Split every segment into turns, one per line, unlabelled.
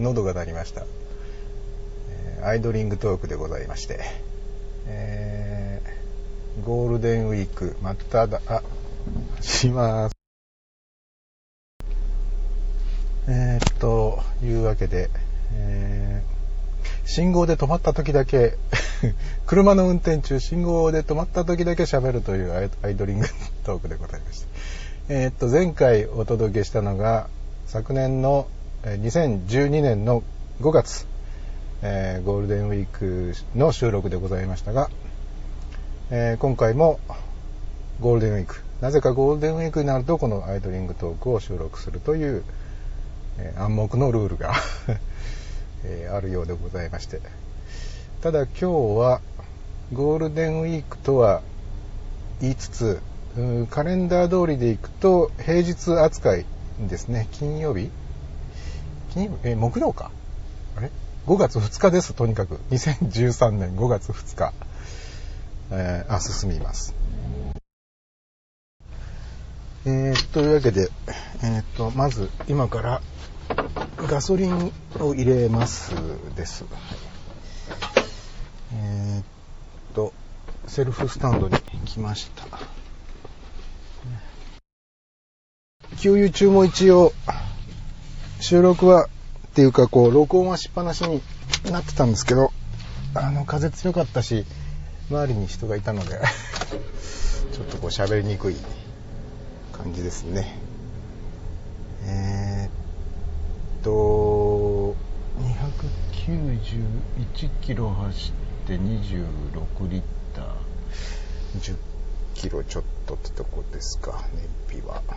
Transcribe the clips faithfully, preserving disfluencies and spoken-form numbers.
喉が鳴りました。えー、アイドリングトークでございまして、えー、ゴールデンウィーク真っ只あします。えー、っというわけで、えー、信号で止まった時だけ車の運転中信号で止まった時だけ喋るというアイドリングトークでございました。えー、っと前回お届けしたのが昨年のにせんじゅうにねんのごがつ、えー、ゴールデンウィークの収録でございましたが、えー、今回もゴールデンウィーク、なぜかゴールデンウィークになるとこのアイドリングトークを収録するという、えー、暗黙のルールが、えー、あるようでございまして、ただ今日はゴールデンウィークとは言いつつ、カレンダー通りでいくと平日扱いですね。金曜日金曜日え木曜かあれごがつふつかです。とにかくにせんじゅうさんねんごがつふつか、えー、あ進みます。えー、というわけで、えー、とまず今からガソリンを入れますです。えー、とセルフスタンドに来ました。給油中も一応収録はっていうかこう録音はしっぱなしになってたんですけど、あの風強かったし周りに人がいたのでちょっとこう喋りにくい感じですね。えー、っとにひゃくきゅうじゅういちキロ走ってにじゅうろくリッター、じゅっキロちょっとってとこですか。燃費は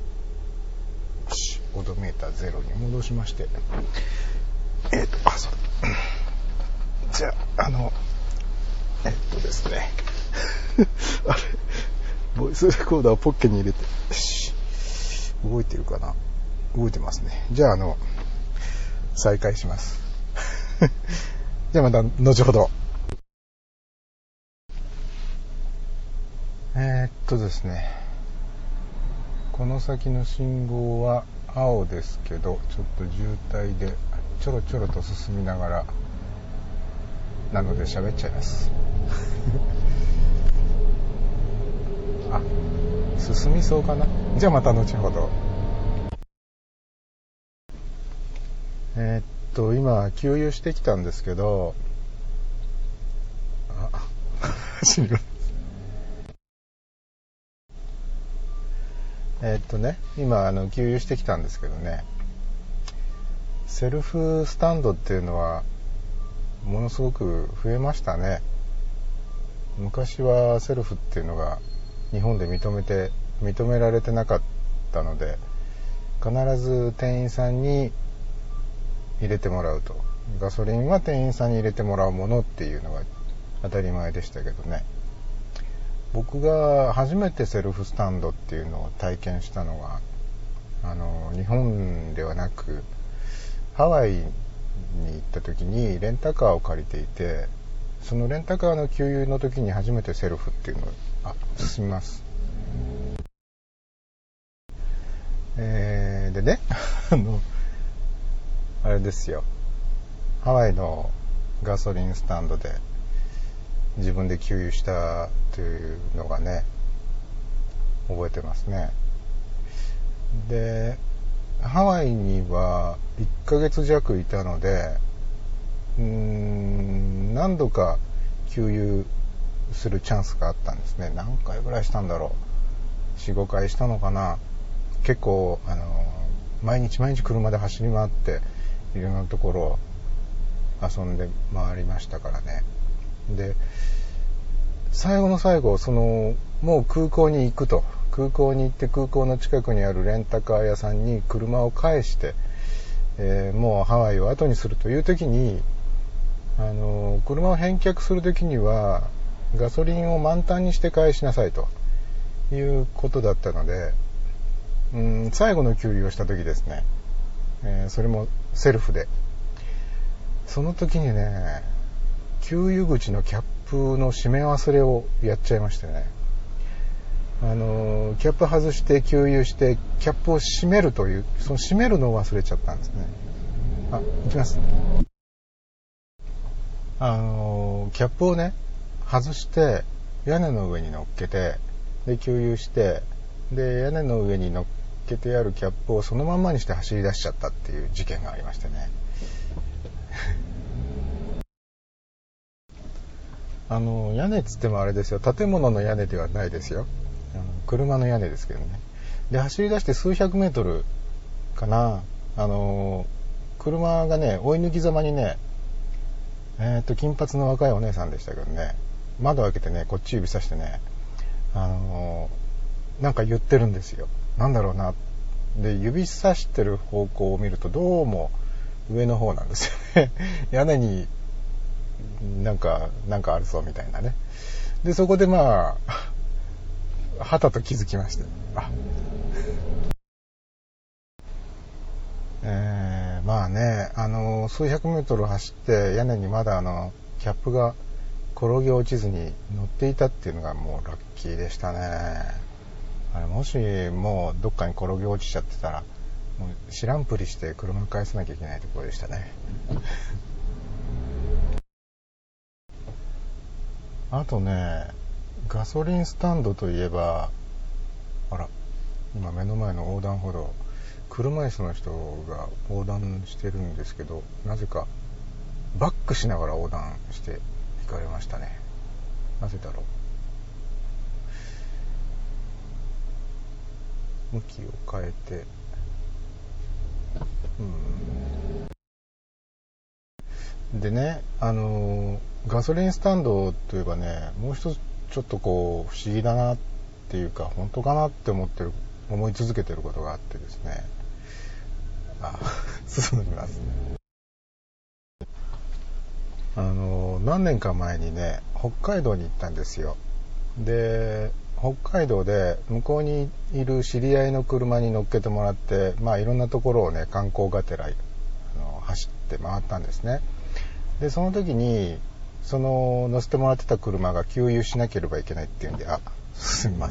オドメーターゼロに戻しまして、えっとあそうじゃああのえっとですねあれボイスレコーダーをポッケに入れて動いてるかな。動いてますね。じゃああの再開しますじゃあまた後ほど。えー、っとですねこの先の信号は青ですけどちょっと渋滞でちょろちょろと進みながらなので喋っちゃいますあ進みそうかな。じゃあまた後ほど。えー、っと今給油してきたんですけど、あ死にえー、っとね今あの給油してきたんですけどね、セルフスタンドっていうのはものすごく増えましたね。昔はセルフっていうのが日本で認めて認められてなかったので、必ず店員さんに入れてもらうと、ガソリンは店員さんに入れてもらうものっていうのが当たり前でしたけどね。僕が初めてセルフスタンドっていうのを体験したのはあの日本ではなくハワイに行った時にレンタカーを借りていて、そのレンタカーの給油の時に初めてセルフっていうのをあ進みます。えー、でねあのあれですよ、ハワイのガソリンスタンドで自分で給油したというのがね覚えてますね。でハワイにはいっかげつ弱いたので、うーん何度か給油するチャンスがあったんですね。何回ぐらいしたんだろう、 よんごかいしたのかな。結構あの毎日毎日車で走り回っていろんなところを遊んで回りましたからね。で最後の最後そのもう空港に行くと、空港に行って空港の近くにあるレンタカー屋さんに車を返して、えー、もうハワイを後にするという時に、あの車を返却する時にはガソリンを満タンにして返しなさいということだったので、うん最後の給油をした時ですね、えー、それもセルフで、その時にね給油口のキャップの閉め忘れをやっちゃいましてね、あのキャップ外して給油してキャップを閉めるという、その閉めるのを忘れちゃったんですね。 あ、行きます。あのキャップをね外して屋根の上に乗っけて、で給油して、で屋根の上に乗っけてあるキャップをそのまんまにして走り出しちゃったっていう事件がありましてねあの屋根っつってもあれですよ、建物の屋根ではないですよ、あの車の屋根ですけどね。で走り出して数百メートルかな、あの車がね追い抜きざまにね、えー、と金髪の若いお姉さんでしたけどね、窓開けてねこっち指さしてね、あのなんか言ってるんですよ。なんだろうな。で指さしてる方向を見るとどうも上の方なんですよね屋根になんかなんかあるぞみたいなね。でそこでまあはたと気づきまして、あえー、まあね、あの数百メートル走って屋根にまだあのキャップが転げ落ちずに乗っていたっていうのがもうラッキーでしたね。あれもしもうどっかに転げ落ちちゃってたらもう知らんぷりして車返さなきゃいけないところでしたねあとね、ガソリンスタンドといえば、あら今目の前の横断歩道、車椅子の人が横断してるんですけど、なぜかバックしながら横断して行かれましたね。なぜだろう。向きを変えて、うんでね、あのガソリンスタンドといえばね、もう一つちょっとこう不思議だなっていうか本当かなって思ってる思い続けてることがあってですね、あ進みます。あの何年か前にね北海道に行ったんですよ。で北海道で向こうにいる知り合いの車に乗っけてもらって、まあいろんなところをね観光がてらあの走って回ったんですね。でその時にその乗せてもらってた車が給油しなければいけないっていうんで、あ進みます。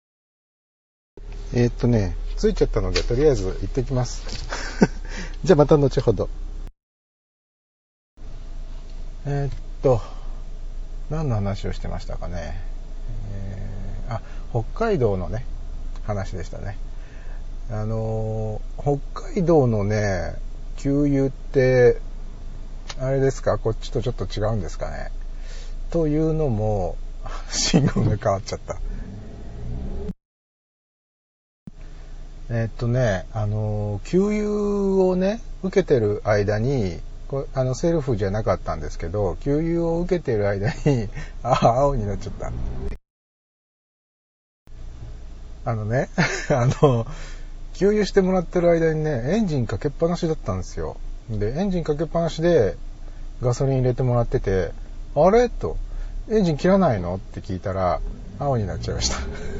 えー、っとね着いちゃったのでとりあえず行ってきますじゃあまた後ほど。えー、っと何の話をしてましたかね。えー、あ北海道のね話でしたね。あのー、北海道のね給油ってあれですか、こっちとちょっと違うんですかね。というのも信号が変わっちゃった。えー、っとねあの給油をね受けてる間にこれあのセルフじゃなかったんですけど、給油を受けてる間にあ青になっちゃった。あのねあの給油してもらってる間にねエンジンかけっぱなしだったんですよ。でエンジンかけっぱなしでガソリン入れてもらってて、あれとエンジン切らないのって聞いたら青になっちゃいました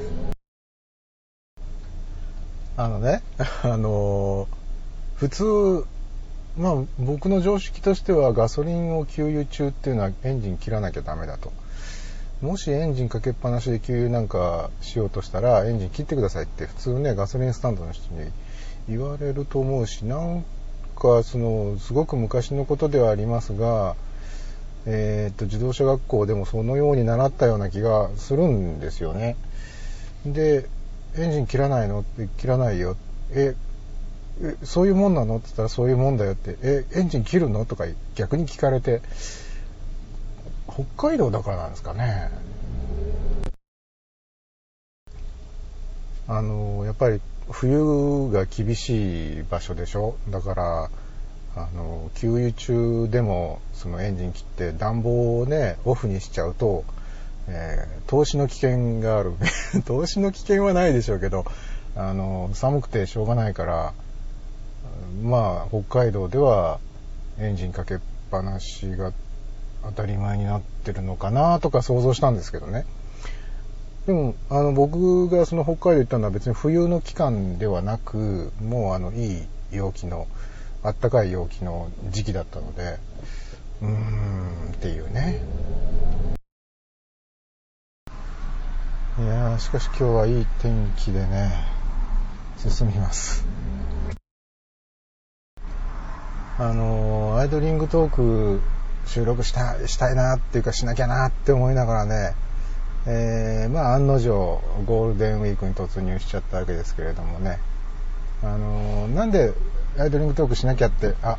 あのねあの普通まあ僕の常識としてはガソリンを給油中っていうのはエンジン切らなきゃダメだと。もしエンジンかけっぱなしで給油なんかしようとしたらエンジン切ってくださいって普通ねガソリンスタンドの人に言われると思うし、なんかそのすごく昔のことではありますが、えー、っと自動車学校でもそのように習ったような気がするんですよね。でエンジン切らないのって切らないよ、ええそういうもんなのって言ったらそういうもんだよって、えエンジン切るのとか逆に聞かれて、北海道だからなんですかね。あのやっぱり冬が厳しい場所でしょ。だからあの給油中でもそのエンジン切って暖房をねオフにしちゃうと、えー、投資の危険がある投資の危険はないでしょうけど、あの寒くてしょうがないから、まあ北海道ではエンジンかけっぱなしが当たり前になってるのかなとか想像したんですけどね。でもあの僕がその北海道行ったのは別に冬の期間ではなく、もうあのいい陽気のあったかい陽気の時期だったので、うーんっていうね。いやーしかし今日はいい天気でね進みます。 あのアイドリングトーク収録したしたいなっていうかしなきゃなって思いながらね、えー、まあ案の定ゴールデンウィークに突入しちゃったわけですけれどもね、あのなんでアイドリングトークしなきゃってあ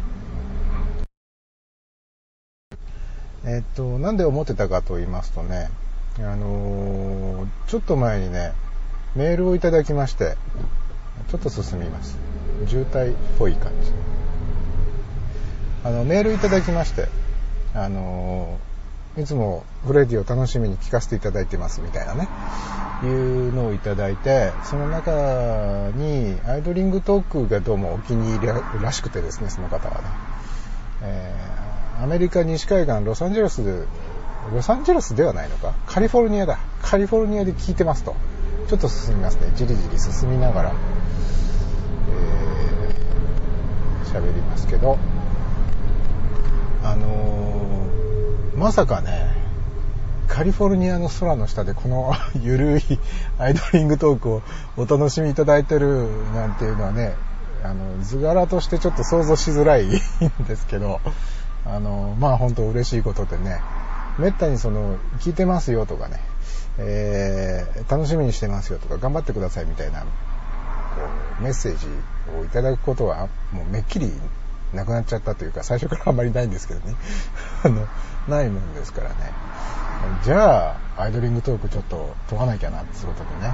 えー、っとなんで思ってたかと言いますとね、あのちょっと前にねメールをいただきまして、ちょっと進みます。渋滞っぽい感じ。あのメールいただきまして、あのいつもフレディを楽しみに聞かせていただいてますみたいなね、いうのをいただいて、その中にアイドリングトークがどうもお気に入りらしくてですね、その方はね、えー、アメリカ西海岸ロサンゼルスでロサンゼルスではないのか、カリフォルニアだカリフォルニアで聞いてますと。ちょっと進みますね。じりじり進みながら、えー、喋りますけど、あのー、まさかねカリフォルニアの空の下でこのゆるいアイドリングトークをお楽しみいただいてるなんていうのはね、あの図柄としてちょっと想像しづらいんですけど、あのー、まあ本当嬉しいことでね、めったにその聞いてますよとかね、えー、楽しみにしてますよとか頑張ってくださいみたいなこうメッセージをいただくことはもうめっきりなくなっちゃったというか、最初からあんまりないんですけどねあのないもんですからね、じゃあアイドリングトークちょっと解かなきゃなっていうことでね、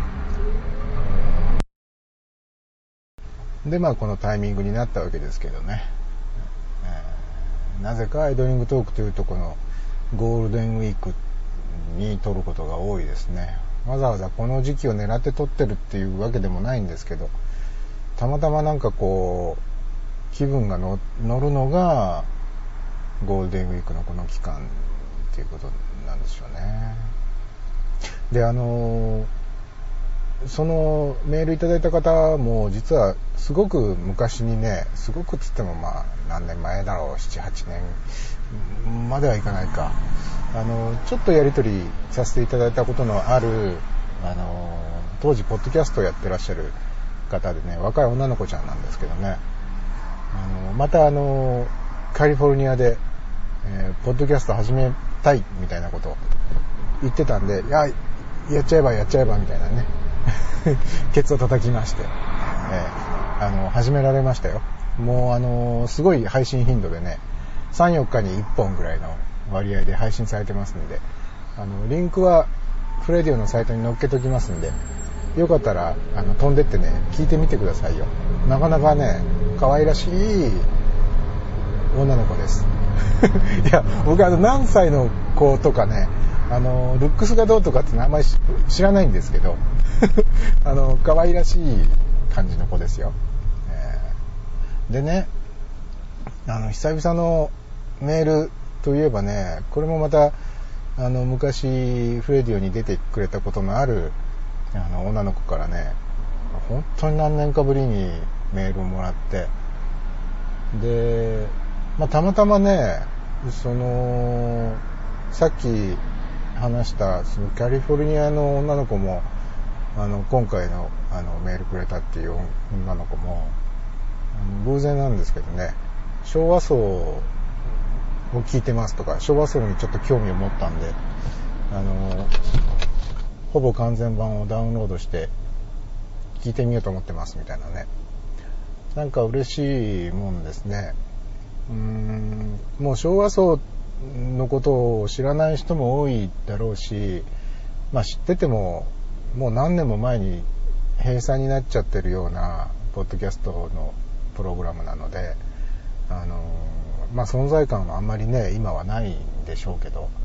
でまあこのタイミングになったわけですけどね、えー、なぜかアイドリングトークというとこのゴールデンウィークに撮ることが多いですね。わざわざこの時期を狙って撮ってるっていうわけでもないんですけど、たまたまなんかこう気分がの乗るのがゴールデンウィークのこの期間っていうことなんでしょうね。で、あのそのメールいただいた方も実はすごく昔にね、すごくつってもまあ何年前だろう、なな、はちねんまではいかないか、あのちょっとやり取りさせていただいたことのある、あの当時ポッドキャストをやってらっしゃる方でね、若い女の子ちゃんなんですけどね、あのまたあのカリフォルニアで、えー、ポッドキャスト始めたいみたいなことを言ってたんで、いややっちゃえばやっちゃえばみたいなねケツを叩きまして、えー、あの始められましたよ。もうあのすごい配信頻度でね、さん、よっかにいっぽんぐらいの割合で配信されてますんで、あのリンクはフレディオのサイトに載っけときますんで、よかったらあの飛んでってね聞いてみてくださいよ。なかなかね可愛らしい女の子ですいや僕あの何歳の子とかね、あのルックスがどうとかってあんまり知らないんですけどあの可愛らしい感じの子ですよ、えー、でね、あの久々のメールといえばね、これもまたあの昔フレディオに出てくれたことのあるあの女の子からね、本当に何年かぶりにメールをもらって、で、まあ、たまたまね、そのさっき話したそのカリフォルニアの女の子も、あの今回のあのメールくれたっていう女の子も偶然なんですけどね、昭和層を聞いてますとか、昭和層にちょっと興味を持ったんで、あのほぼ完全版をダウンロードして聞いてみようと思ってますみたいなね、なんか嬉しいもんですね。うーん、もう昭和層のことを知らない人も多いだろうし、まあ、知っててももう何年も前に閉鎖になっちゃってるようなポッドキャストのプログラムなので、あのまあ、存在感はあんまりね今はないんでしょうけど、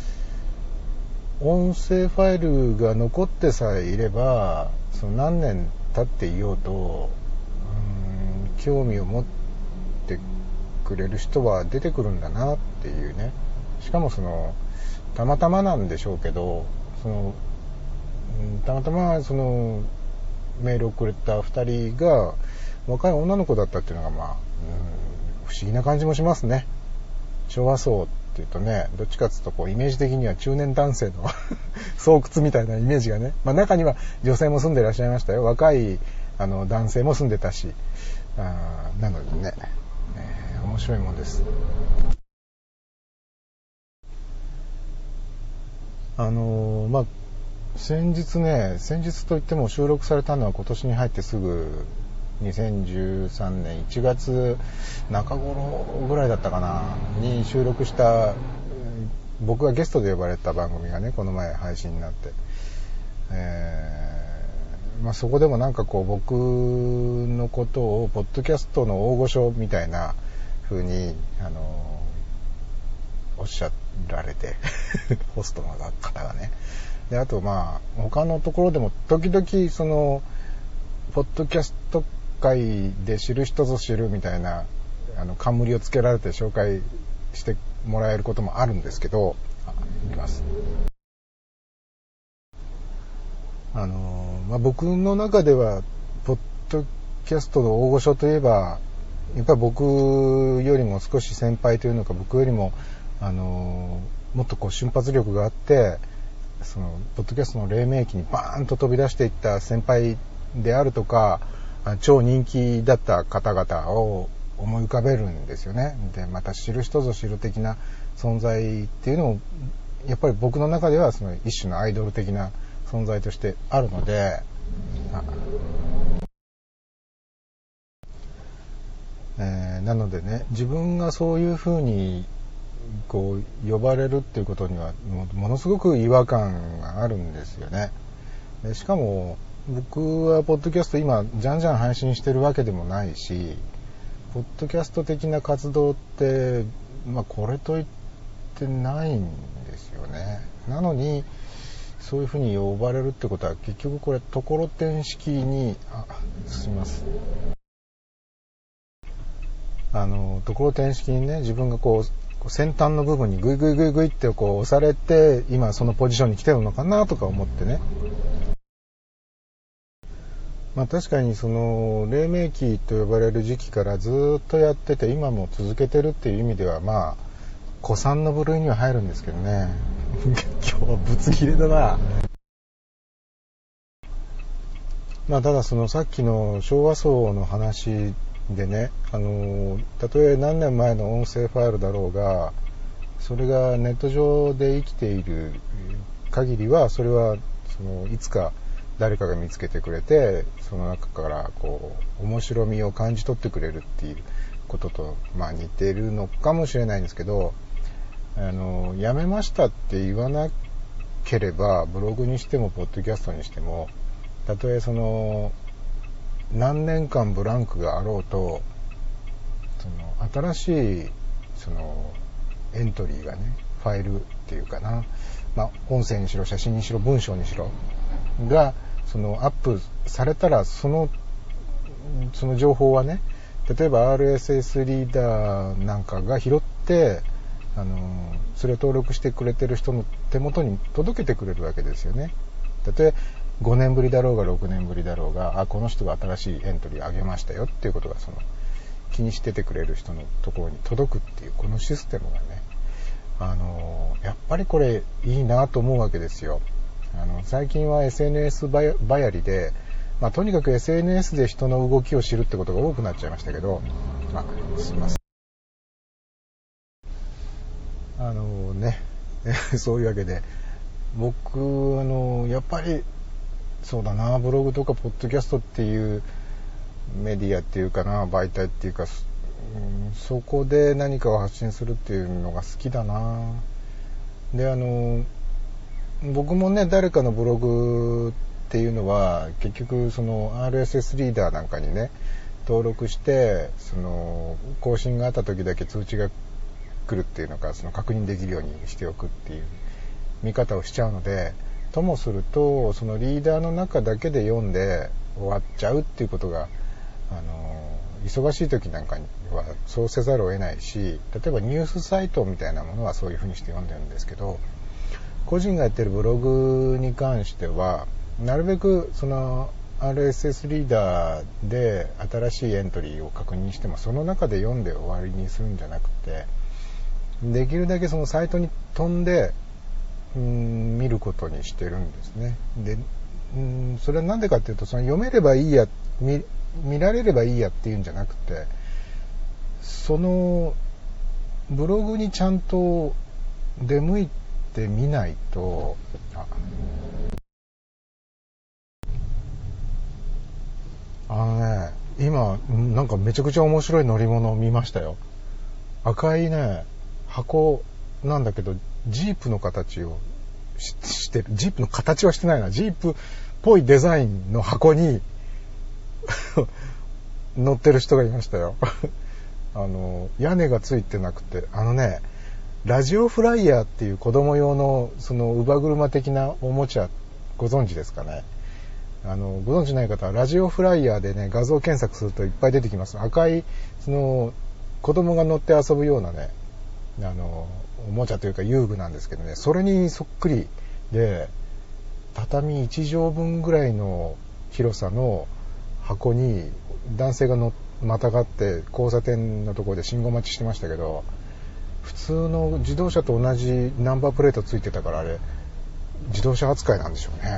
音声ファイルが残ってさえいれば、その何年経っていようと、うーん、興味を持ってくれる人は出てくるんだなっていうね。しかもそのたまたまなんでしょうけど、そのたまたまそのメールをくれたふたりが若い女の子だったっていうのが、まあ、うん、不思議な感じもしますね。昭和層っていうとね、どっちかっていうとこうイメージ的には中年男性の巣窟みたいなイメージがね、まあ、中には女性も住んでいらっしゃいましたよ。若いあの男性も住んでたし、あなのでね、 えー、面白いもんです。あのー、まあ先日ね、先日といっても収録されたのは今年に入ってすぐにせんじゅうさんねんいちがつ中頃ぐらいだったかなに収録した、僕がゲストで呼ばれた番組がね、この前配信になって、えーまあ、そこでもなんかこう僕のことをポッドキャストの大御所みたいな風にあのおっしゃられてホストの方がね、であとまあ他のところでも時々そのポッドキャスト界で知る人ぞ知るみたいなあの冠をつけられて紹介してもらえることもあるんですけど、あ、いきます。あのまあ、僕の中ではポッドキャストの大御所といえばやっぱり僕よりも少し先輩というのか、僕よりもあのもっとこう瞬発力があってそのポッドキャストの黎明期にバーンと飛び出していった先輩であるとか超人気だった方々を思い浮かべるんですよね。でまた知る人ぞ知る的な存在っていうのもやっぱり僕の中ではその一種のアイドル的な存在としてあるので、えー、なのでね、自分がそういうふうにこう呼ばれるっていうことにはものすごく違和感があるんですよね。でしかも僕はポッドキャスト今じゃんじゃん配信してるわけでもないし、ポッドキャスト的な活動って、まあ、これといってないんですよね。なのにそういうふうに呼ばれるってことは結局これところてん式にあすみますあのところてん式にね、自分がこう先端の部分にグイグイグイグイってこう押されて今そのポジションに来てるのかなとか思ってね、まあ、確かにその黎明期と呼ばれる時期からずっとやってて今も続けてるっていう意味ではまあ古参の部類には入るんですけどね今日はぶつ切れだな。まあただそのさっきの昭和層の話でね、あのたとえ何年前の音声ファイルだろうがそれがネット上で生きている限りはそれはそのいつか誰かが見つけてくれてその中からこう面白みを感じ取ってくれるっていうこととまあ似てるのかもしれないんですけど、あのやめましたって言わなければブログにしてもポッドキャストにしてもたとえその何年間ブランクがあろうとその新しいそのエントリーがねファイルっていうかな、まあ、音声にしろ写真にしろ文章にしろがそのアップされたらそのその情報はね例えば アールエスエス リーダーなんかが拾ってあのそれを登録してくれてる人の手元に届けてくれるわけですよね。たとえごねんぶりだろうがろくねんぶりだろうがあこの人が新しいエントリーを上げましたよっていうことがその気にしててくれる人のところに届くっていうこのシステムがねあのやっぱりこれいいなと思うわけですよ。あの最近は エスエヌエス ばやりで、まあ、とにかく エスエヌエス で人の動きを知るってことが多くなっちゃいましたけど、まあ、すいませんあのねそういうわけで僕あのやっぱりそうだなブログとかポッドキャストっていうメディアっていうかな媒体っていうか、うん、そこで何かを発信するっていうのが好きだな。であの僕もね誰かのブログっていうのは結局その アールエスエス リーダーなんかにね登録してその更新があった時だけ通知が来るっていうのかその確認できるようにしておくっていう見方をしちゃうので、ともするとそのリーダーの中だけで読んで終わっちゃうっていうことがあの忙しい時なんかにはそうせざるを得ないし、例えばニュースサイトみたいなものはそういうふうにして読んでるんですけど、個人がやってるブログに関してはなるべくその アールエスエス リーダーで新しいエントリーを確認してもその中で読んで終わりにするんじゃなくて、できるだけそのサイトに飛んでうん見ることにしてるんですね。でうんそれはなんでかっていうとその読めればいいや 見, 見られればいいやっていうんじゃなくてそのブログにちゃんと出向いてみないと、ああのね、今なんかめちゃくちゃ面白い乗り物を見ましたよ。赤いね箱なんだけど、ジープの形を し, してる。ジープの形はしてないな。ジープっぽいデザインの箱に乗ってる人がいましたよ。あの屋根がついてなくて、あのねラジオフライヤーっていう子供用のその乳母車的なおもちゃご存知ですかね。あのご存知ない方はラジオフライヤーでね画像検索するといっぱい出てきます。赤いその子供が乗って遊ぶようなね、あのおもちゃというか遊具なんですけどね、それにそっくりで、畳いち畳分ぐらいの広さの箱に男性がのまたがって交差点のところで信号待ちしてましたけど、普通の自動車と同じナンバープレートついてたから、あれ自動車扱いなんでしょうね。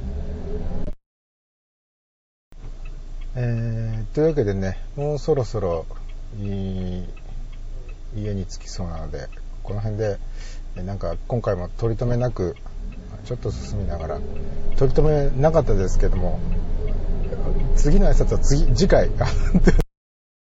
えー、というわけでね、もうそろそろいい家に着きそうなので、この辺でなんか今回も取り留めなくちょっと進みながら、取り留めなかったですけども、次の挨拶は次次回